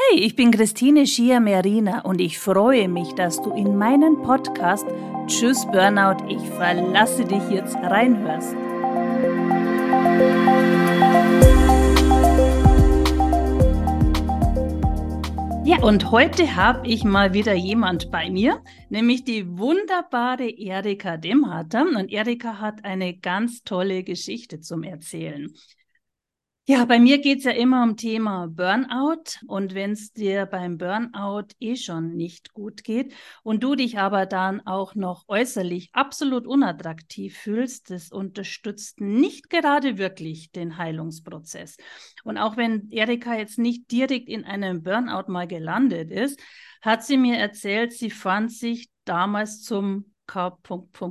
Ich bin Christine Schier-Merina und ich freue mich, dass du in meinen Podcast Tschüss Burnout, ich verlasse dich jetzt reinhörst. Ja, und heute habe ich mal wieder jemand bei mir, nämlich die wunderbare Erika Demharter. Und Erika hat eine ganz tolle Geschichte zum Erzählen. Ja, bei mir geht es ja immer um Thema Burnout, und wenn es dir beim Burnout schon nicht gut geht und du dich aber dann auch noch äußerlich absolut unattraktiv fühlst, das unterstützt nicht gerade wirklich den Heilungsprozess. Und auch wenn Erika jetzt nicht direkt in einem Burnout mal gelandet ist, hat sie mir erzählt, sie fand sich damals zum K.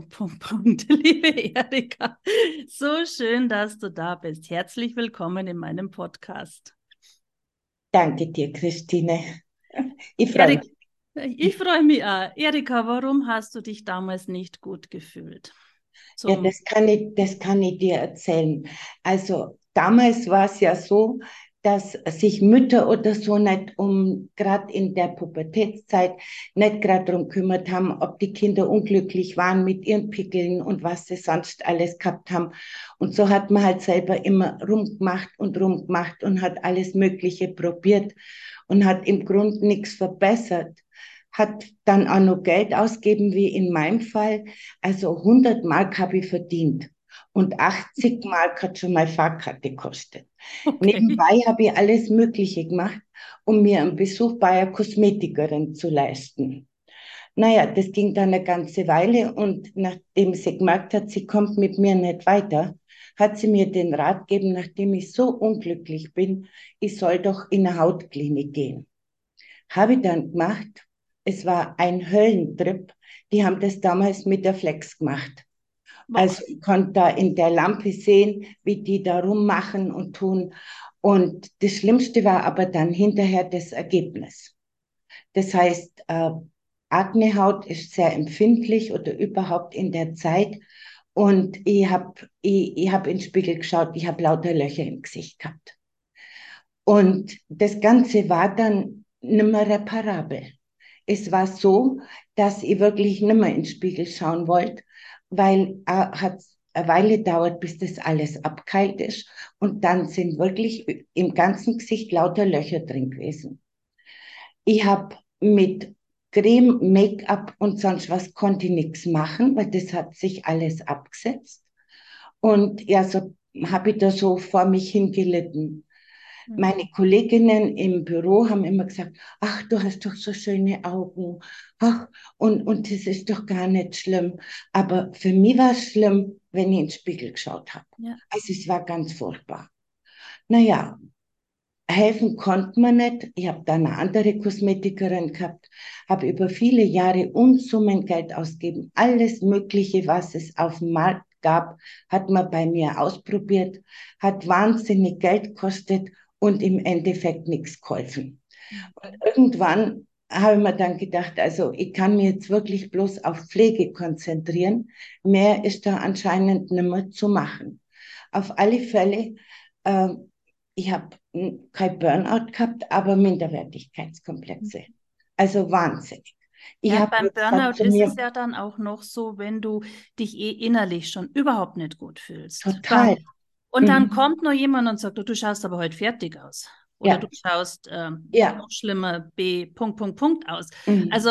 Liebe Erika, so schön, dass du da bist. Herzlich willkommen in meinem Podcast. Danke dir, Christine. Ich freue mich. Ich freue mich auch. Erika, warum hast du dich damals nicht gut gefühlt? Ja, das kann ich dir erzählen. Also damals war es ja so, dass sich Mütter oder so nicht gerade in der Pubertätszeit, nicht gerade darum kümmert haben, ob die Kinder unglücklich waren mit ihren Pickeln und was sie sonst alles gehabt haben. Und so hat man halt selber immer rumgemacht und hat alles Mögliche probiert und hat im Grunde nichts verbessert. Hat dann auch noch Geld ausgeben, wie in meinem Fall. Also 100 Mark habe ich verdient und 80 Mark hat schon mal Fahrkarte gekostet. Okay. Nebenbei habe ich alles Mögliche gemacht, um mir einen Besuch bei einer Kosmetikerin zu leisten. Naja, das ging dann eine ganze Weile, und nachdem sie gemerkt hat, sie kommt mit mir nicht weiter, hat sie mir den Rat gegeben, nachdem ich so unglücklich bin, ich soll doch in eine Hautklinik gehen. Habe ich dann gemacht. Es war ein Höllentrip. Die haben das damals mit der Flex gemacht. Boah. Also ich konnte da in der Lampe sehen, wie die da rummachen und tun. Und das Schlimmste war aber dann hinterher das Ergebnis. Das heißt, Aknehaut ist sehr empfindlich oder überhaupt in der Zeit. Und ich hab in den Spiegel geschaut, ich habe lauter Löcher im Gesicht gehabt. Und das Ganze war dann nicht mehr reparabel. Es war so, dass ich wirklich nicht mehr in den Spiegel schauen wollte, weil hat eine Weile dauert, bis das alles abgeheilt ist. Und dann sind wirklich im ganzen Gesicht lauter Löcher drin gewesen. Ich habe mit Creme, Make-up und sonst was konnte ich nichts machen, weil das hat sich alles abgesetzt. Und ja, so habe ich da so vor mich hingelitten. Meine Kolleginnen im Büro haben immer gesagt, ach, du hast doch so schöne Augen. Ach, und das ist doch gar nicht schlimm. Aber für mich war es schlimm, wenn ich in den Spiegel geschaut habe. Ja. Also es war ganz furchtbar. Naja, helfen konnte man nicht. Ich habe da eine andere Kosmetikerin gehabt, habe über viele Jahre Unsummen Geld ausgegeben. Alles Mögliche, was es auf dem Markt gab, hat man bei mir ausprobiert, hat wahnsinnig Geld gekostet und im Endeffekt nichts geholfen. Und irgendwann habe ich mir dann gedacht, also ich kann mich jetzt wirklich bloß auf Pflege konzentrieren. Mehr ist da anscheinend nicht mehr zu machen. Auf alle Fälle, äh, ich habe kein Burnout gehabt, aber Minderwertigkeitskomplexe. Also wahnsinnig. Ich Ja, habe beim jetzt gesagt Burnout zu ist es mir, ja dann auch noch so, wenn du dich innerlich schon überhaupt nicht gut fühlst. total. Und dann Mhm. kommt noch jemand und sagt, du schaust aber heute fertig aus. Oder du Ja, schaust ja. noch schlimmer Punkt aus. Mhm. Also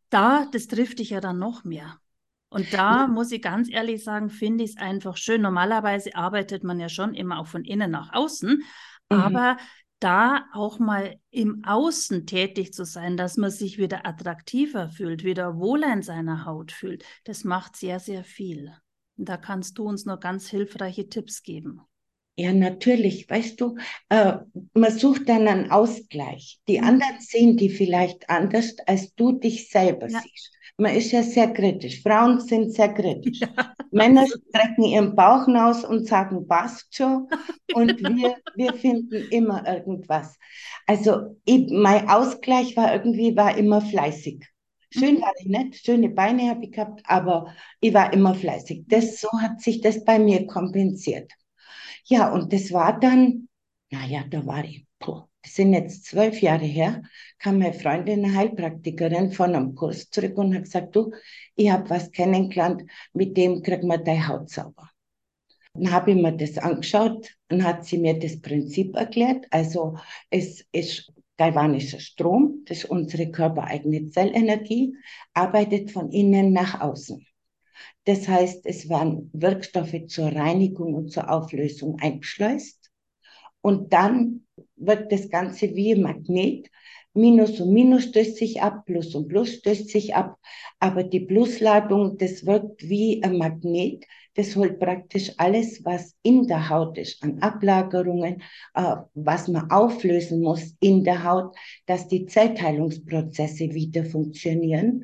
das trifft dich ja dann noch mehr. Und da muss ich ganz ehrlich sagen, finde ich es einfach schön. Normalerweise arbeitet man ja schon immer auch von innen nach außen, Mhm. aber da auch mal im Außen tätig zu sein, dass man sich wieder attraktiver fühlt, wieder wohler in seiner Haut fühlt, das macht sehr, sehr viel. Und da kannst du uns noch ganz hilfreiche Tipps geben. Ja, natürlich, weißt du, äh, man sucht dann einen Ausgleich. Die Mhm. anderen sehen die vielleicht anders, als du dich selber Ja, siehst. Man ist ja sehr kritisch. Frauen sind sehr kritisch. ja, Männer strecken ihren Bauch raus und sagen, passt schon. Und wir finden immer irgendwas. Also mein Ausgleich war immer fleißig. Schön mhm. war ich nicht, schöne Beine habe ich gehabt, aber ich war immer fleißig. So hat sich das bei mir kompensiert. Ja, und das war dann, naja, da war ich. Puh. das sind jetzt 12 Jahre her, kam meine Freundin, eine Heilpraktikerin von einem Kurs zurück und hat gesagt, du, ich habe was kennengelernt, mit dem kriegt man deine Haut sauber. Dann habe ich mir das angeschaut und hat sie mir das Prinzip erklärt. Also es ist galvanischer Strom, das ist unsere körpereigene Zellenergie, arbeitet von innen nach außen. Das heißt, es werden Wirkstoffe zur Reinigung und zur Auflösung eingeschleust. Und dann wird das Ganze wie ein Magnet. Minus und Minus stößt sich ab, Plus und Plus stößt sich ab. Aber die Plusladung, das wirkt wie ein Magnet. Das holt praktisch alles, was in der Haut ist, an Ablagerungen, was man auflösen muss in der Haut, dass die Zellteilungsprozesse wieder funktionieren.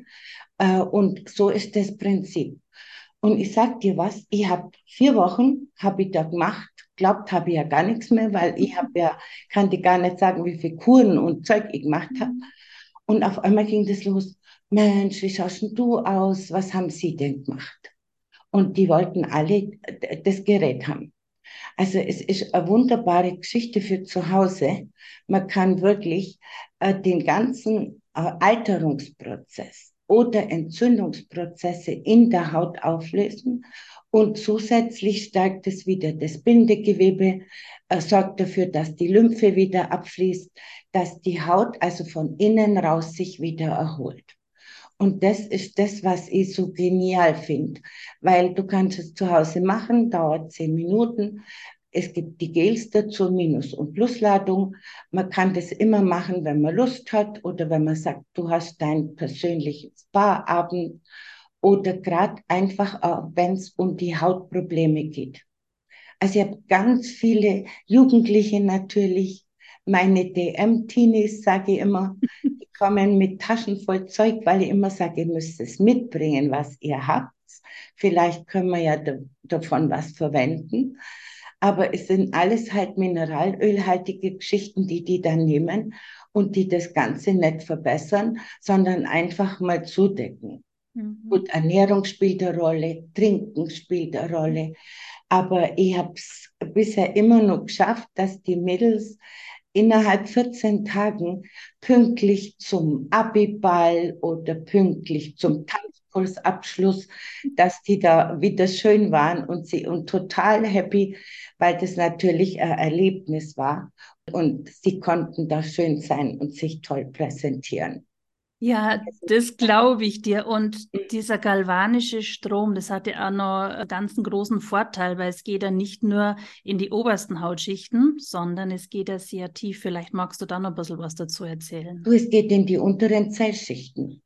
Und so ist das Prinzip. Und ich sag dir was, ich habe 4 Wochen, habe ich da gemacht, glaubt habe ich ja gar nichts mehr, weil ich habe ja, kann dir gar nicht sagen, wie viele Kuren und Zeug ich gemacht habe. Und auf einmal ging das los. Mensch, wie schaust denn du aus? Was haben Sie denn gemacht? Und die wollten alle das Gerät haben. Also es ist eine wunderbare Geschichte für zu Hause. Man kann wirklich den ganzen Alterungsprozess oder Entzündungsprozesse in der Haut auflösen und zusätzlich stärkt es wieder das Bindegewebe, sorgt dafür, dass die Lymphe wieder abfließt, dass die Haut also von innen raus sich wieder erholt. Und das ist das, was ich so genial finde, weil du kannst es zu Hause machen, dauert 10 Minuten. Es gibt die Gels dazu, Minus- und Plusladung. Man kann das immer machen, wenn man Lust hat oder wenn man sagt, du hast deinen persönlichen Spa-Abend oder gerade einfach, wenn es um die Hautprobleme geht. Also ich habe ganz viele Jugendliche natürlich, meine DM-Teenies, sage ich immer, die kommen mit Taschen voll Zeug, weil ich immer sage, ihr müsst es mitbringen, was ihr habt. Vielleicht können wir ja davon was verwenden. Aber es sind alles halt mineralölhaltige Geschichten, die dann nehmen und die das Ganze nicht verbessern, sondern einfach mal zudecken. Gut, Ernährung spielt eine Rolle, Trinken spielt eine Rolle. Aber ich habe es bisher immer nur geschafft, dass die Mädels innerhalb 14 Tagen pünktlich zum Abiball oder pünktlich zum Tanzkursabschluss, dass die da wieder schön waren und total happy, weil das natürlich ein Erlebnis war. Und sie konnten da schön sein und sich toll präsentieren. Ja, das glaube ich dir. Und dieser galvanische Strom, das hat ja auch noch einen ganz großen Vorteil, weil es geht ja nicht nur in die obersten Hautschichten, sondern es geht ja sehr tief. Vielleicht magst du da noch ein bisschen was dazu erzählen. Du, es geht in die unteren Zellschichten.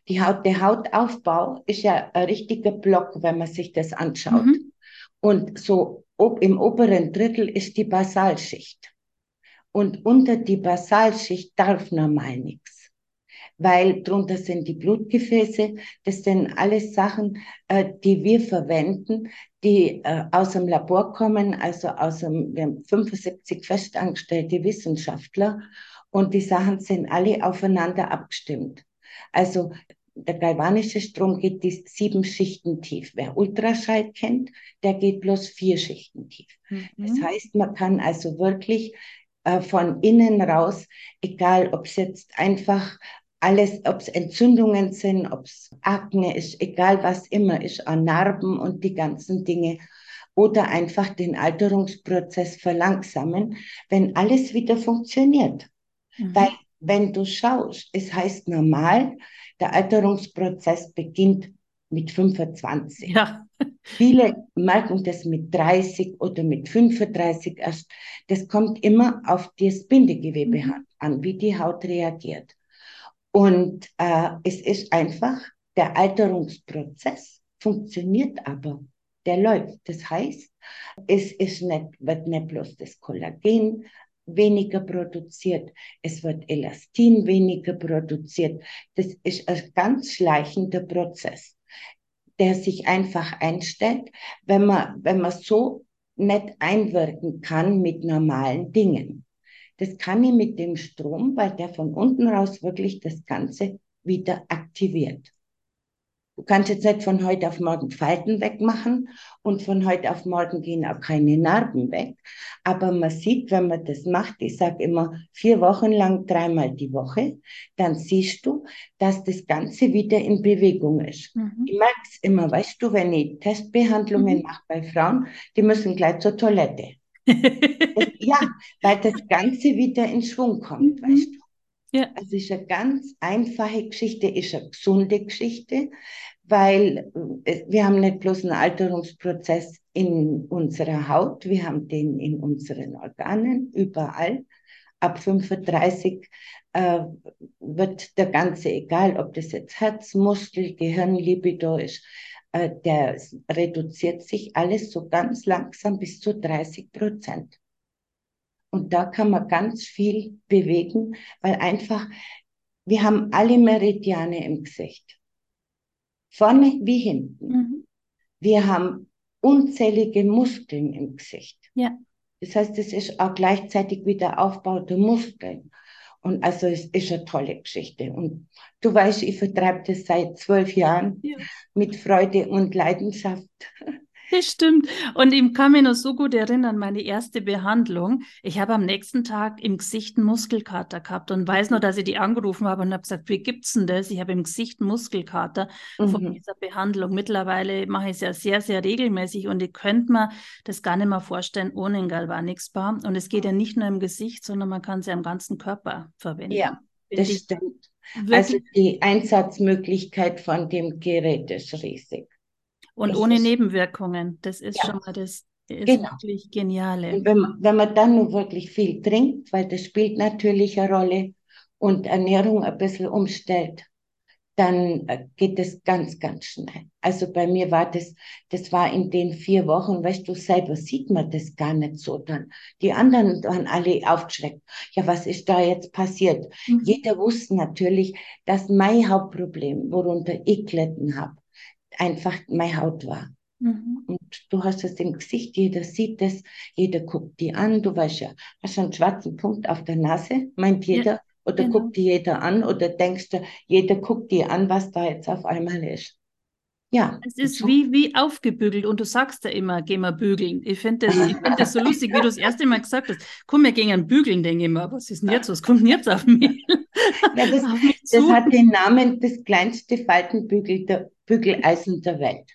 Der Hautaufbau ist ja ein richtiger Block, wenn man sich das anschaut. Mhm. Und so im oberen Drittel ist die Basalschicht. Und unter die Basalschicht darf normal nichts, weil drunter sind die Blutgefäße. Das sind alles Sachen, die wir verwenden, die aus dem Labor kommen, also wir haben 75 festangestellte Wissenschaftler und die Sachen sind alle aufeinander abgestimmt. Also der galvanische Strom geht die 7 Schichten tief. Wer Ultraschall kennt, der geht bloß 4 Schichten tief. Das Mhm. heißt, man kann also wirklich von innen raus, egal ob es jetzt einfach alles, ob es Entzündungen sind, ob es Akne ist, egal was immer ist, an Narben und die ganzen Dinge, oder einfach den Alterungsprozess verlangsamen, wenn alles wieder funktioniert. Weil Mhm. wenn du schaust, es heißt normal, der Alterungsprozess beginnt mit 25. Ja. Viele merken das mit 30 oder mit 35 erst. Das kommt immer auf das Bindegewebe Mhm. an, wie die Haut reagiert. Und es ist einfach, der Alterungsprozess funktioniert aber, der läuft. Das heißt, wird nicht bloß das Kollagen weniger produziert, es wird Elastin weniger produziert. Das ist ein ganz schleichender Prozess, der sich einfach einstellt, wenn man so nicht einwirken kann mit normalen Dingen. Das kann ich mit dem Strom, weil der von unten raus wirklich das Ganze wieder aktiviert. Du kannst jetzt nicht von heute auf morgen Falten wegmachen und von heute auf morgen gehen auch keine Narben weg. Aber man sieht, wenn man das macht, ich sage immer 4 Wochen lang 3-mal die Woche, dann siehst du, dass das Ganze wieder in Bewegung ist. Mhm. Ich merke es immer, weißt du, wenn ich Testbehandlungen Mhm. mache bei Frauen, die müssen gleich zur Toilette. Ja, weil das Ganze wieder in Schwung kommt, weißt du. Mhm. Ja. Also es ist eine ganz einfache Geschichte, ist eine gesunde Geschichte, weil wir haben nicht bloß einen Alterungsprozess in unserer Haut, wir haben den in unseren Organen, überall. Ab 35 äh, wird der ganze, egal ob das jetzt Herz, Muskel, Gehirn, Libido ist, der reduziert sich alles so ganz langsam bis zu 30%. Und da kann man ganz viel bewegen, weil einfach, wir haben alle Meridiane im Gesicht. Vorne wie hinten. Mhm. Wir haben unzählige Muskeln im Gesicht. Ja. Das heißt, es ist auch gleichzeitig wieder Aufbau der Muskeln. Und also es ist eine tolle Geschichte. Und du weißt, ich vertreibe das seit 12 Jahren Ja. mit Freude und Leidenschaft. Das stimmt. Und ich kann mich noch so gut erinnern, meine erste Behandlung. Ich habe am nächsten Tag im Gesicht einen Muskelkater gehabt und weiß noch, dass ich die angerufen habe und habe gesagt, wie gibt's denn das? Ich habe im Gesicht einen Muskelkater von Mhm. dieser Behandlung. Mittlerweile mache ich es ja sehr, sehr regelmäßig und ich könnte mir das gar nicht mehr vorstellen ohne ein Galvanix-Bar. Und es geht ja nicht nur im Gesicht, sondern man kann es ja am ganzen Körper Ja, verwenden. Finde das ich stimmt. Also wirklich. die Einsatzmöglichkeit von dem Gerät ist riesig. Und Es ohne ist, Nebenwirkungen. Das ist schon ja, mal das, ist genau. wirklich geniale. Und wenn man dann nur wirklich viel trinkt, weil das spielt natürlich eine Rolle und Ernährung ein bisschen umstellt, dann geht es ganz, ganz schnell. Also bei mir war das war in den 4 Wochen, weißt du, selber sieht man das gar nicht so dann. Die anderen waren alle aufgeschreckt. Ja, was ist da jetzt passiert? Mhm. Jeder wusste natürlich, dass mein Hauptproblem, worunter ich gelitten habe, einfach meine Haut war. Mhm. Und du hast es im Gesicht, jeder sieht es, jeder guckt die an. Du weißt ja, hast du einen schwarzen Punkt auf der Nase, meint Ja, jeder, oder genau. guckt die jeder an, oder denkst du, jeder guckt die an, was da jetzt auf einmal ist. Ja, Es und ist so. wie aufgebügelt und du sagst ja immer, geh mal bügeln. Ich find das so lustig, wie du das erste Mal gesagt hast. Komm, wir gehen bügeln, denke ich mal. Was ist denn jetzt? Was kommt denn jetzt auf mich, Ja, auf mich das zu? hat den Namen das kleinste Bügeleisen der Welt.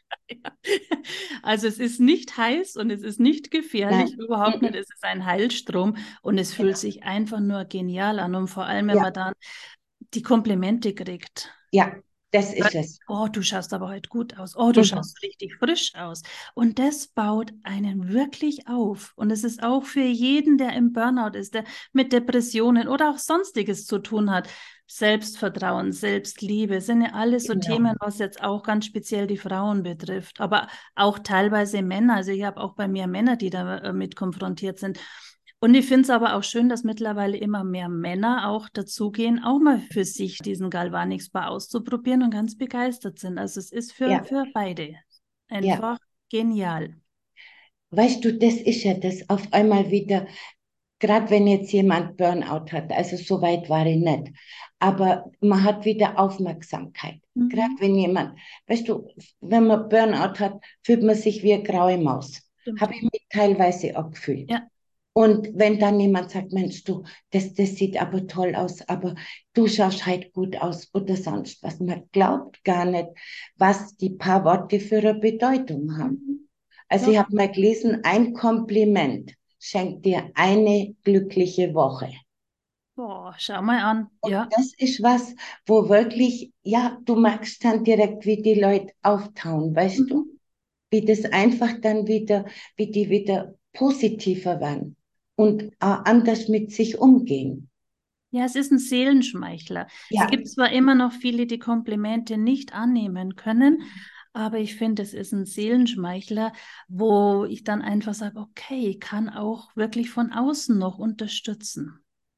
Also es ist nicht heiß und es ist nicht gefährlich, Nein, überhaupt nicht. Es ist ein Heilstrom und es fühlt genau. sich einfach nur genial an. Und vor allem, wenn Ja, man dann die Komplimente kriegt. ja, das ist es. Oh, du schaust aber heute gut aus. Oh, du Mhm. schaust richtig frisch aus. Und das baut einen wirklich auf. Und es ist auch für jeden, der im Burnout ist, der mit Depressionen oder auch Sonstiges zu tun hat. Selbstvertrauen, Selbstliebe sind ja alles so Genau. Themen, was jetzt auch ganz speziell die Frauen betrifft. Aber auch teilweise Männer. Also ich habe auch bei mir Männer, die damit konfrontiert sind. Und ich finde es aber auch schön, dass mittlerweile immer mehr Männer auch dazugehen, auch mal für sich diesen Galvanix-Bar auszuprobieren und ganz begeistert sind. Also es ist Ja, für beide ja. einfach genial. Weißt du, das ist ja das auf einmal wieder, gerade wenn jetzt jemand Burnout hat, also so weit war ich nicht, aber man hat wieder Aufmerksamkeit. Gerade Mhm. wenn jemand, weißt du, wenn man Burnout hat, fühlt man sich wie eine graue Maus. Stimmt. Habe ich mich teilweise auch gefühlt. Ja. Und wenn dann jemand sagt, Mensch, du, das sieht aber toll aus, aber du schaust halt gut aus oder sonst was. Man glaubt gar nicht, was die paar Worte für eine Bedeutung haben. Mhm. Also ich Doch. habe mal gelesen, ein Kompliment schenkt dir eine glückliche Woche. Boah, schau mal an. Und Ja. das ist was, wo wirklich, ja, du merkst dann direkt, wie die Leute auftauen, weißt du? Mhm. Wie das einfach dann wieder, wie die wieder positiver werden und anders mit sich umgehen. Ja, es ist ein Seelenschmeichler. Es Ja, gibt zwar immer noch viele, die Komplimente nicht annehmen können, aber ich finde, es ist ein Seelenschmeichler, wo ich dann einfach sage, okay, ich kann auch wirklich von außen noch unterstützen.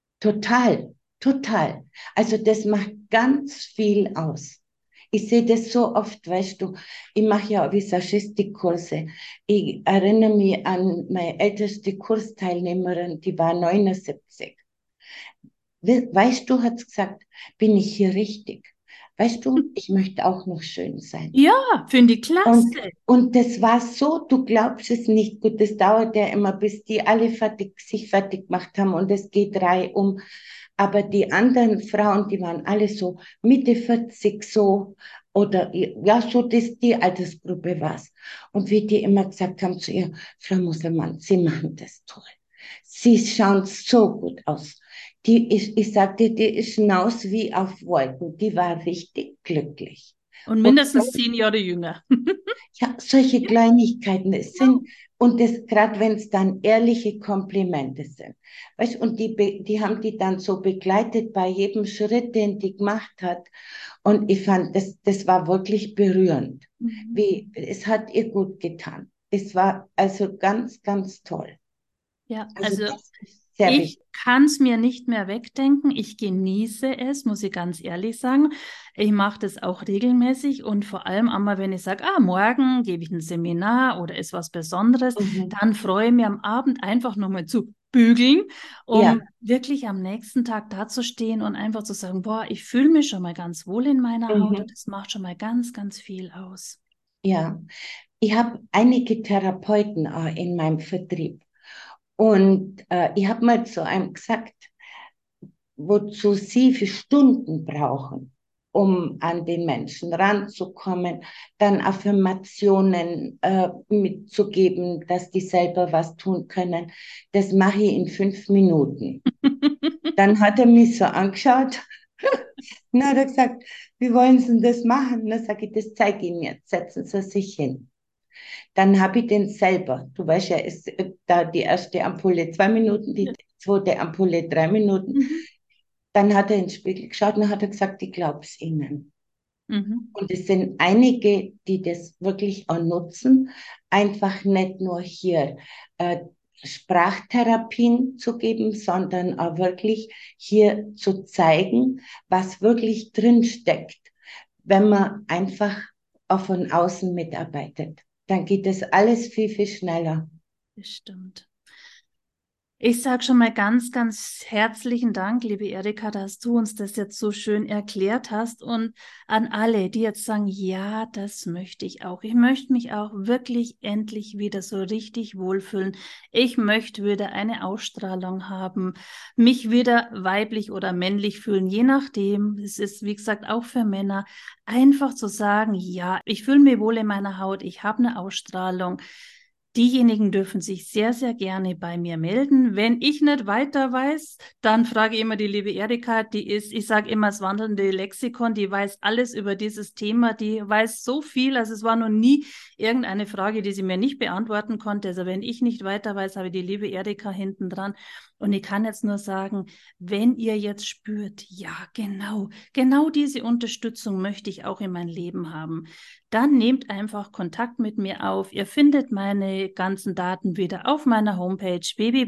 total, total. Also das macht ganz viel aus. Ich sehe das so oft, weißt du, ich mache ja auch Visagistikkurse. Ich erinnere mich an meine älteste Kursteilnehmerin, die war 79. Weißt du, hat gesagt, bin ich hier richtig? weißt du, ich möchte auch noch schön sein. Ja, finde ich Und, klasse. und das war so, du glaubst es nicht. Gut, das dauert ja immer, bis die alle sich fertig gemacht haben und es geht reihum. Aber die anderen Frauen, die waren alle so Mitte 40 so oder ja, so die Altersgruppe war's. Und wie die immer gesagt haben zu ihr, Frau Muselmann, Sie machen das toll. Sie schauen so gut aus. Ich sagte, die ist hinaus wie auf Wolken. Die war richtig glücklich. Und Und mindestens 10 Jahre jünger. ja, solche Ja, Kleinigkeiten, es genau. sind, und das gerade wenn es dann ehrliche Komplimente sind. Weißt, und die haben die dann so begleitet bei jedem Schritt, den die gemacht hat. Und ich fand, das war wirklich berührend. Mhm. Es hat ihr gut getan. Es war also ganz, ganz toll. Ja, Also also das ist sehr ich wichtig. kann es mir nicht mehr wegdenken. Ich genieße es, muss ich ganz ehrlich sagen. Ich mache das auch regelmäßig und vor allem einmal, wenn ich sage, morgen gebe ich ein Seminar oder ist was Besonderes, Mhm. dann freue ich mich am Abend einfach nochmal zu bügeln, Ja, um wirklich am nächsten Tag dazustehen und einfach zu sagen, boah, ich fühle mich schon mal ganz wohl in meiner Haut und mhm. das macht schon mal ganz, ganz viel aus. Ja. Ich habe einige Therapeuten in meinem Vertrieb. Und ich habe mal zu einem gesagt, wozu sie für Stunden brauchen, um an den Menschen ranzukommen, dann Affirmationen mitzugeben, dass die selber was tun können. Das mache ich in 5 Minuten. Dann hat er mich so angeschaut und hat er gesagt, wie wollen Sie denn das machen? Dann sage ich, das zeige ich Ihnen jetzt, setzen Sie sich hin. Dann habe ich den selber, du weißt ja, ist da die erste Ampulle 2 Minuten, die Ja. zweite Ampulle 3 Minuten. Mhm. Dann hat er in den Spiegel geschaut und hat er gesagt, ich glaube es Ihnen. Mhm. Und es sind einige, die das wirklich auch nutzen, einfach nicht nur hier äh, Sprachtherapien zu geben, sondern auch wirklich hier zu zeigen, was wirklich drin steckt, wenn man einfach auch von außen mitarbeitet. Dann geht das alles viel, viel schneller. Das stimmt. Ich sage schon mal ganz, ganz herzlichen Dank, liebe Erika, dass du uns das jetzt so schön erklärt hast und an alle, die jetzt sagen, ja, das möchte ich auch. Ich möchte mich auch wirklich endlich wieder so richtig wohlfühlen. Ich möchte wieder eine Ausstrahlung haben, mich wieder weiblich oder männlich fühlen, je nachdem. Es ist, wie gesagt, auch für Männer einfach zu sagen, ja, ich fühle mich wohl in meiner Haut, ich habe eine Ausstrahlung. Diejenigen dürfen sich sehr, sehr gerne bei mir melden. Wenn ich nicht weiter weiß, dann frage ich immer die liebe Erika, die ist, ich sage immer, das wandelnde Lexikon, die weiß alles über dieses Thema, die weiß so viel, also es war noch nie irgendeine Frage, die sie mir nicht beantworten konnte. Also wenn ich nicht weiter weiß, habe ich die liebe Erika hinten dran. Und ich kann jetzt nur sagen, wenn ihr jetzt spürt, ja, genau diese Unterstützung möchte ich auch in mein Leben haben, dann nehmt einfach Kontakt mit mir auf. Ihr findet meine ganzen Daten wieder auf meiner Homepage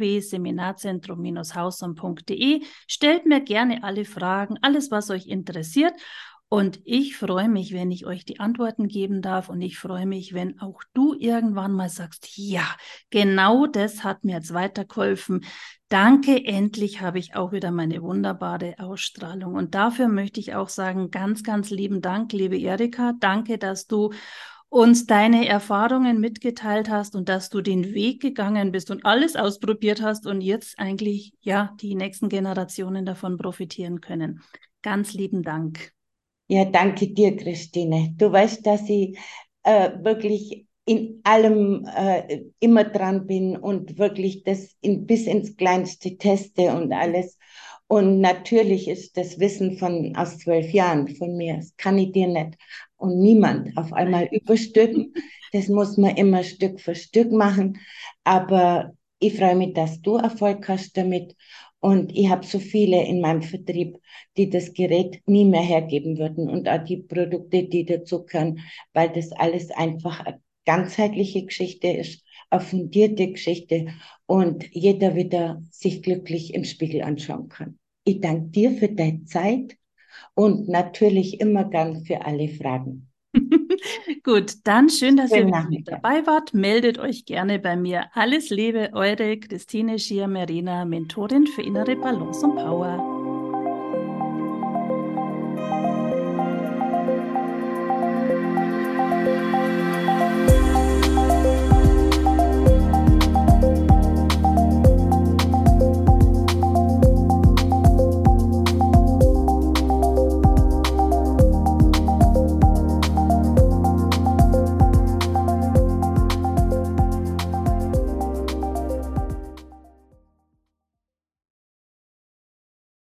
www.seminarzentrum-hausam.de. Stellt mir gerne alle Fragen, alles, was euch interessiert. Und ich freue mich, wenn ich euch die Antworten geben darf. Und ich freue mich, wenn auch du irgendwann mal sagst, ja, genau das hat mir jetzt weitergeholfen. Danke, endlich habe ich auch wieder meine wunderbare Ausstrahlung. Und dafür möchte ich auch sagen, ganz, ganz lieben Dank, liebe Erika. Danke, dass du uns deine Erfahrungen mitgeteilt hast und dass du den Weg gegangen bist und alles ausprobiert hast und jetzt eigentlich, ja, die nächsten Generationen davon profitieren können. Ganz lieben Dank. Ja, danke dir, Christine. Du weißt, dass ich wirklich in allem immer dran bin und wirklich bis ins Kleinste teste und alles. Und natürlich ist das Wissen aus 12 Jahren von mir, das kann ich dir nicht und niemand auf einmal Nein. überstülpen. Das muss man immer Stück für Stück machen. Aber ich freue mich, dass du Erfolg hast damit. Und ich habe so viele in meinem Vertrieb, die das Gerät nie mehr hergeben würden und auch die Produkte, die dazu können, weil das alles einfach eine ganzheitliche Geschichte ist, eine fundierte Geschichte und jeder wieder sich glücklich im Spiegel anschauen kann. Ich danke dir für deine Zeit und natürlich immer gern für alle Fragen. Gut, dann schön, dass ihr Schönen wieder mit Nachmittag. dabei wart. Meldet euch gerne bei mir. Alles Liebe, eure Christine Schier-Merina, Mentorin für innere Balance und Power.